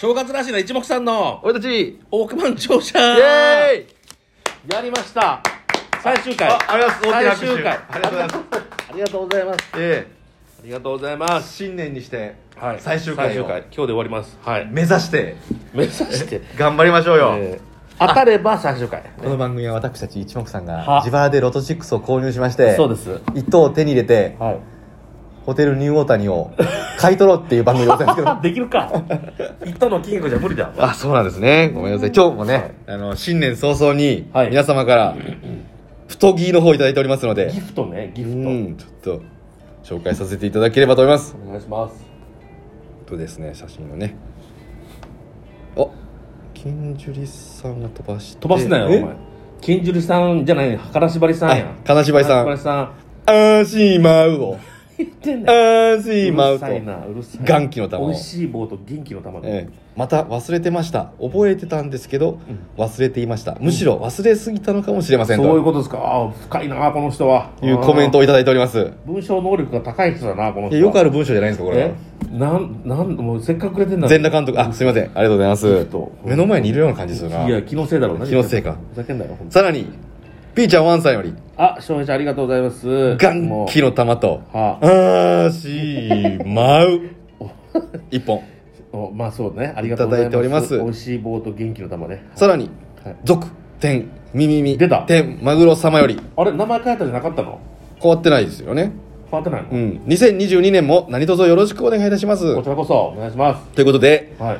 正月らしいな一目散の俺たち億万長者イエーイ。 やりました最終回。 ありがとうございます。 最終回。 ありがとうございます。 ありがとうございます。ありがとうございます新年にしてはい最終回を今日で終わります。はい目指して目指して頑張りましょうよ、 当たれば最終回。 この番組は私たち一目さんがは自腹でロト6を購入しましてそうです 1等を手に入れてはいホテルニューオータニを買い取ろうっていう番組でございますけどできるか一等の金額じゃ無理だ。 あ、そうなんですね。ごめんなさい。今日もね、新年早々にはい皆様から太着の方いただいておりますので、 ギフトねギフト、 ちょっと紹介させていただければと思います。 お願いします。 とですね、写真をね。あ、金樹里さんが飛ばして。 飛ばすなよお前。金樹里さんじゃない金縛りさんやん。 金縛りさん金縛りさんあしまうを。 言ってんねん。 あしまうと。 うるさいなうるさい。 元気の玉を美味しい棒と元気の玉ね。 また忘れてました。覚えてたんですけど、忘れていました。むしろ忘れすぎたのかもしれませんと。 そういうことですか。ああ深いなこの人は。 いうコメントをいただいております。 文章能力が高い人だなこの人は。 よくある文章じゃないんですかこれは。 もうせっかくくれてんだ。 全裸監督、あ、すいません、ありがとうございますと。 目の前にいるような感じするな。 いや気のせいだろうな。 気のせいか。 ふざけんなよ。ほんとさらにピーちゃんワンさんよりあ翔平ちゃんありがとうございます。 元気の玉とはあしまう一本。 まあそうねありがとうございます。 いただいております。 美味しい棒と元気の玉ね。 さらにはい続天みみみ出た天マグロ様よりあれ名前変えたじゃなかったの。 変わってないですよね。 変わってないの。 2022年も何卒よろしくお願いいたしますこちらこそお願いします。 ということではい。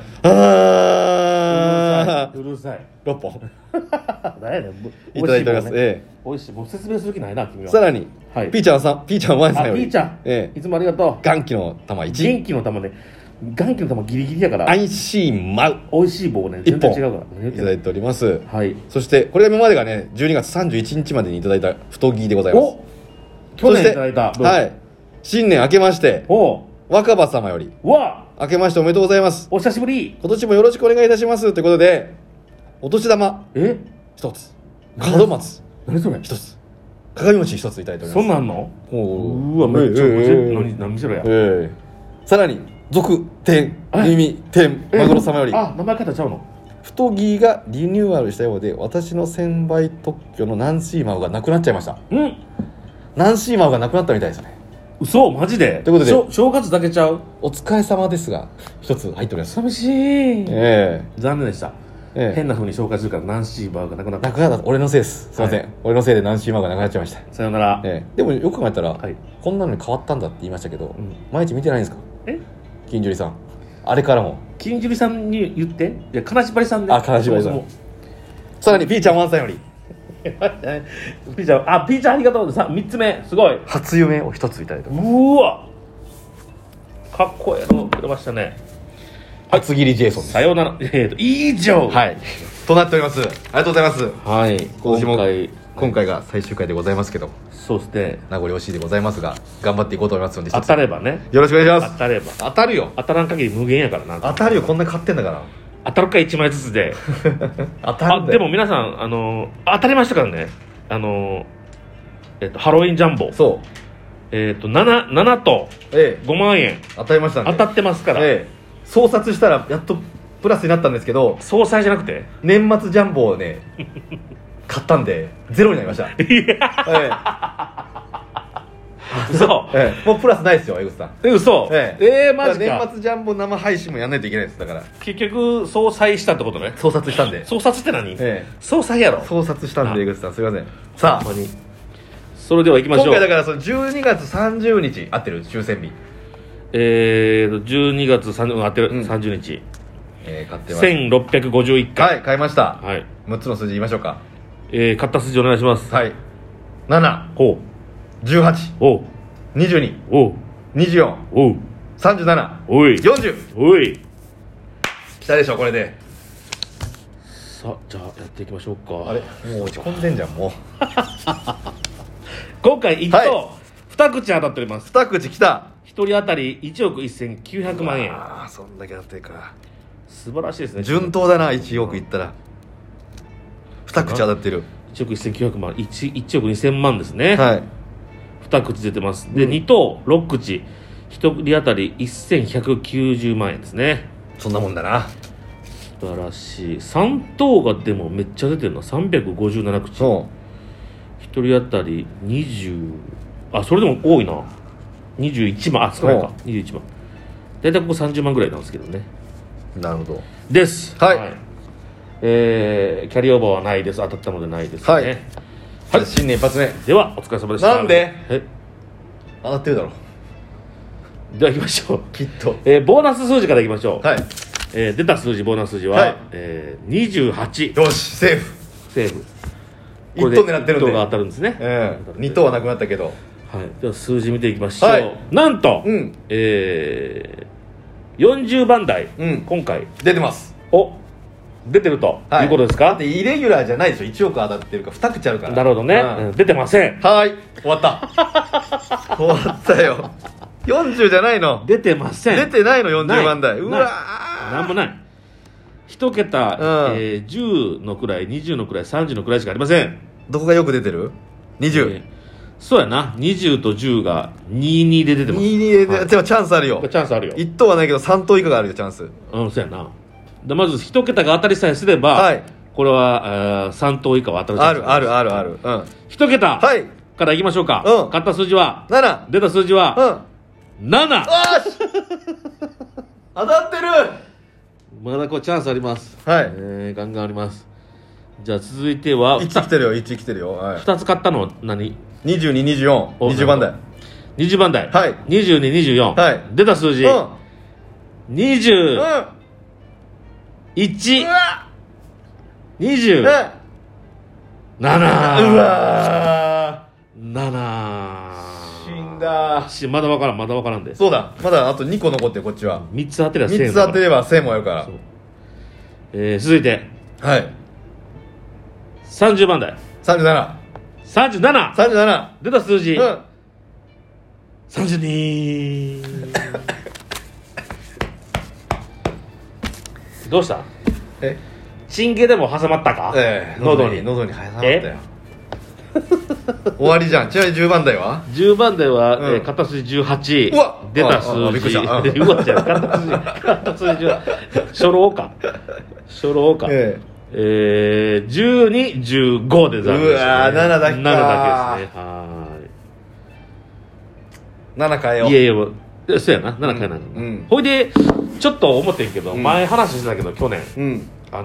うるさい。 6本何やねん。 いただいております。 美味しいもう説明する気ないな君は。 さらにはいピーちゃんワンさんよりピーちゃん、いつもありがとう。 元気の玉1 元気の玉ね。元気の玉ギリギリやから。 アイシーマウ美味しい棒ね 1本全然違うから。 いただいております。 はい。 そしてこれが今までがね12月31日までにいただいた太着でございます。 お去年いただいた分。 はい、新年明けましてお若葉様よりわ明けましておめでとうございます。 お久しぶり。 今年もよろしくお願いいたしますということでお年玉え 1つ門松何それ。 1つ鏡餅1ついただいております。 そんなんの。 おーうわめっちゃ何見せろや。 さらに続天耳天マグロ様よりあ名前変えたちゃうの。 太着がリニューアルしたようで私の専売特許のナンシーマウがなくなっちゃいました。 うんナンシーマウがなくなったみたいですね。 嘘マジで。 ということで正月だけちゃう。 お疲れ様ですが1つ入っております。 寂しい。 え残念でした。 え変な風に紹介するからナンシーバーがなくなった。 なくなった俺のせいです。すいません、 はい俺のせいでナンシーマウがなくなっちゃいました。 さよなら。 でもよく考えたら、 はいこんなのに変わったんだって言いましたけど、 ん毎日見てないんですかえ金樹里さん。あれからも金樹里さんに言って。いや金縛りさんで。 あ金縛りさんそもさらにピーちゃんワンさんよりそもピーちゃんピーちゃんありがとう。さ3つ目すごい。 初夢を1ついただいてます。 うわかっこええのくれましたね。 厚切りジェイソンです。 さようなら。以上。 はいとなっております。ありがとうございます。 はい今年も今回が最終回でございますけどそうですね。 名残惜しいでございますが頑張っていこうと思いますので当たればね。 よろしくお願いします。 当たれば。 当たるよ。 当たらん限り無限やからな。 当たるよ。こんな買ってんだから当たるか1枚ずつで。 当たるんだよ。 でも皆さん当たりましたからね。ハロウィンジャンボそう 7と5万円当たりましたんで当たってますから。 総札したらやっとプラスになったんですけど総裁じゃなくて年末ジャンボをね買ったんでゼロになりました。 嘘もうプラスないですよ江口さん。 嘘マジか。 年末ジャンボ生配信もやんないといけないです。だから結局総裁したってことね。 総札したんで総札って何。 え総裁やろ。 総札したんで江口さんすいません。さあほんまにそれでは行きましょう。 今回だからその12月30日合ってる抽選日 12月30当てるうん 30日買ってます。 1651回。 はい買いました。 はい 6つの数字言いましょうか。 買った数字お願いします。 はい7、 ほ 18、 うおう 22、 おう 24、 おう 37、 おい 40。 おい。 来たでしょこれで。 さあじゃあやっていきましょうか。 あれもう落ち込んでんじゃんもう。 今回1等、 は 2口当たっております。 2口来た。 1人当たり1億1900万円。 ああそんだけ当てるか。 素晴らしいですね。 順当だな。1億いったら2口当たってる。 1億1900万 1億2000万ですね。 はい 2口出てます。で、2等6口1人当たり1190万円ですね。 そんなもんだな。 素晴らしい。3等がでもめっちゃ出てるな。357口。 そ 1人当たり20、あ、それでも多いな。21万、あ、少ないか。21万。大体ここ30万ぐらいなんですけどね。 う。なるほど。 です。 はいキャリーオーバーはないです。当たったのでないですね。 はいはい。 新年一発目。 では、お疲れ様でした。 なんでえ当たってるだろ。 では行きましょう。 きっと。 ボーナス数字からいきましょう。 はい。 出た数字、ボーナス数字は、 はい 28。 よし、セーフ。 セーフ。 一等狙ってるんで。 1等が当たるんですね。 2等はなくなったけど。 はい。では数字見ていきましょう。 はいなんと、 うん 40番台、 うん今回出てます。 出てると、 はいいうことですか。 だってイレギュラーじゃないでしょ。1億当たってるから2口あるから。 なるほどね、 うん出てません。 はい終わった終わったよ。40じゃないの。 出てません。 出てないの。40 ない番台。うわなんもない。1桁、 うん 10の位、20の位、30の位しかありません。 どこがよく出てる ?20、 そうやな。20と10が22で出てます。 22で、 はいでもチャンスあるよ。 チャンスあるよ。 1等はないけど3等以下があるよチャンス。 そうやな。でまず1桁が当たりさえすれば、 はいこれは3等以下は当たるチャンスあるあるあるある。うん 1桁はいからいきましょうか。 うん買った数字は、 7。 出た数字は、 うん 7。 よし当たってる。 まだこうチャンスあります。 はいガンガンあります。じゃあ続いては 1来てるよ1来てるよ。はい 2つ買ったのは何。 2224。 お 20番台。 20番台。 はい 2224。 はい出た数字、 うん 21、 うわ 27。 うわ死んだ。 まだわからん、まだわからんで。 そうだまだあと2個残ってるこっちは。 3つ当てりゃ 3つ当てれば1000もやるから。 そう続いてはい 30番台。 37。 37。 37。 出た数字、 うん 32。どうした。 えチンゲでも挟まったか、喉に。 喉に挟まったよ。終わりじゃん。ちなみに10番台は 10番台は、 うん片筋18。 うわ出た数字。 びっくりしたうわじゃん、片筋18。初老か。初老か。12、15で残念でした、ね。 うわー7だけか 7だけですね。は 7変えよう。 い。いやいや、そうやな。7回なんだ、 うんほいで、ちょっと思ってんけど、 うん前話してたけど、去年。 うん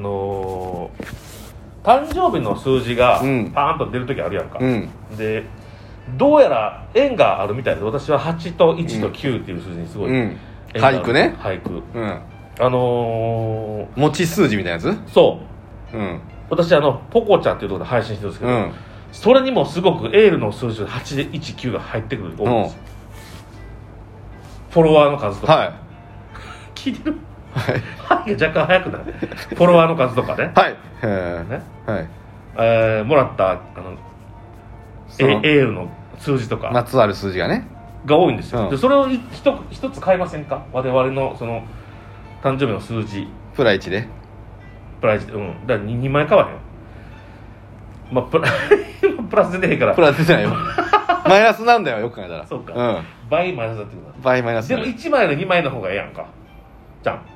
誕生日の数字がうんパーンと出るときあるやんか、 うんでどうやら縁があるみたいで、私は8と1と9っていう数字にすごい、 うん縁がある俳句ね。 俳句。 うん持持ち数字みたいなやつ。 そううん私ポコちゃんっていうところで配信してるんですけど、 うんそれにもすごくエールの数字で819が入ってくる多いんですよ、フォロワーの数とか、 はい聞いてるはいはいが若干早くないフォロワーの数とかねはいね、 はいもらったエそのールの数字とかまつわる数字がね。 が多いんですよ、 うんでそれを一つ変えませんか。我々のその誕生日の数字プラ1で。 プライス、だから 2枚買わへん。まあプラス出てへんからプラス出てないよ。マイナスなんだよよく考えたら。 そうか、 うん倍マイナスだってことだ。 倍マイナスでも1枚の2枚の方がええやんか。じゃん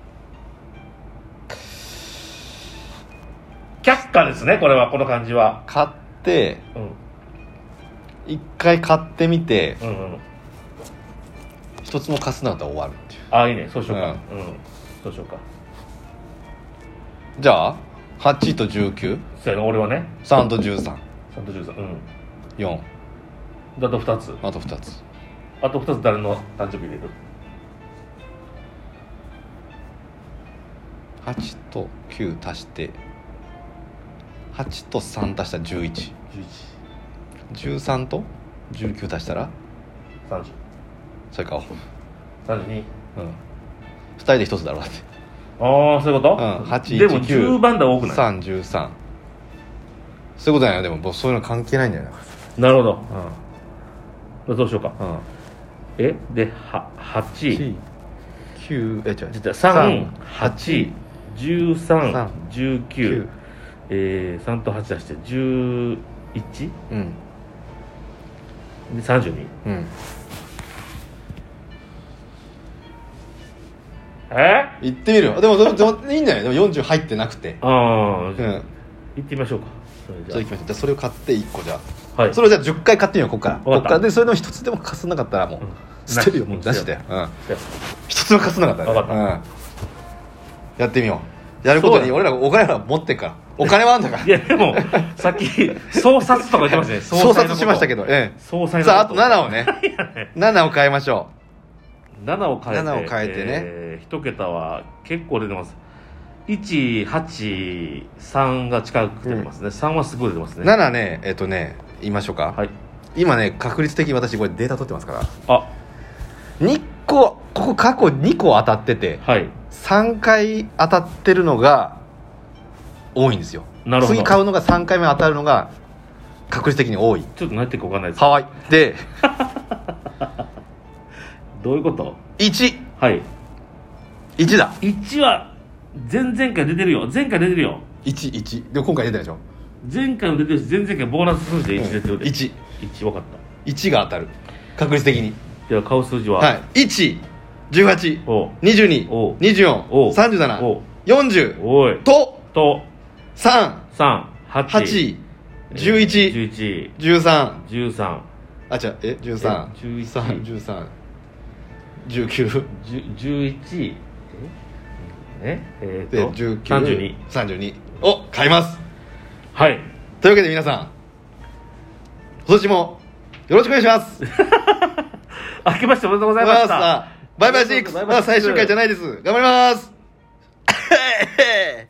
却下ですね、これは。この感じは。 買ってうん一回買ってみてうんうん。 一つも貸すなかったら終わるっていう。 ああ、いいね、そうしようか。うん、そうしようか。 じゃあ8と19、 そうやな、俺はね。 3と13、 3と13。うん。 4、 あと2つ。 あと2つ。 あと2つ誰の誕生日入れる。 8と9足して8と3足したら11、 11、 13と19足したら 30、 それ買おう。 32。 2人で1つだろだって。 ああ、そういうこと、 8、 でも 1、9、 10番台多くない。 3、13。そういうことだよ。でも僕そういうの関係ないんだよな。 なるほど。どうしようか。で、8、 8、9、違う。 3、8、13、19、 9。 3と8出して 11? うん。 で32。 うん。 行ってみるよ。でもいいんだよ。でも40入ってなくて。 ああ、 うん。 行ってみましょうか。それじゃあ行きましょう。じゃあそれを買って1個じゃあ。 はい。 それをじゃあ10回買ってみよう、ここから。 わかったここからで、それの1つでもかすんなかったらもう、捨てるよ、もう出して。うん。1つもかすんなかったらね。 わかったうん。やってみよう。やることに俺らお金は持ってっから。お金はあんだから。 いやでもさっき総察とか言ってましたね。 総察しましたけど、 総裁のさあ、あと7をね。7を変えましょ 7を変えて、 7を変えてね、 1桁は結構出てます。183が近く出てますね、3はすごい出てますう。 ね。 7ね、言いましょうか。 はい。 今ね、確率的に私これデータ取ってますから。 あ、 2個、ここ過去2個当たってて、 はい。 3回当たってるのが多いんですよ。 なるほど。 次買うのが3回目当たるのが確率的に多い。 ちょっと何言ってるか分かんないです。 はい。で、 どういうこと？ 1。 はい。 1だ。 1は前々回出てるよ。前回出てるよ。 1。でも今回出てないでしょ。 前回も出てるし、前々回ボーナス数字で1出てるで。 1。 1分かった。 1が当たる。確率的に。 では買う数字は、 はい。1、18、 おう 22、 おう 24、 おう 37、 おう 40 おいとと 3、 3、8、 8、11、 11、 13、 13、 あ、違う、13、 11 13、19、 11、で、 19、 32。 32を買います。 はい。 というわけで皆さん、今年もよろしくお願いします。 明けましておめでとうございました。 バイバイ6、まだ最終回じゃないです。頑張ります。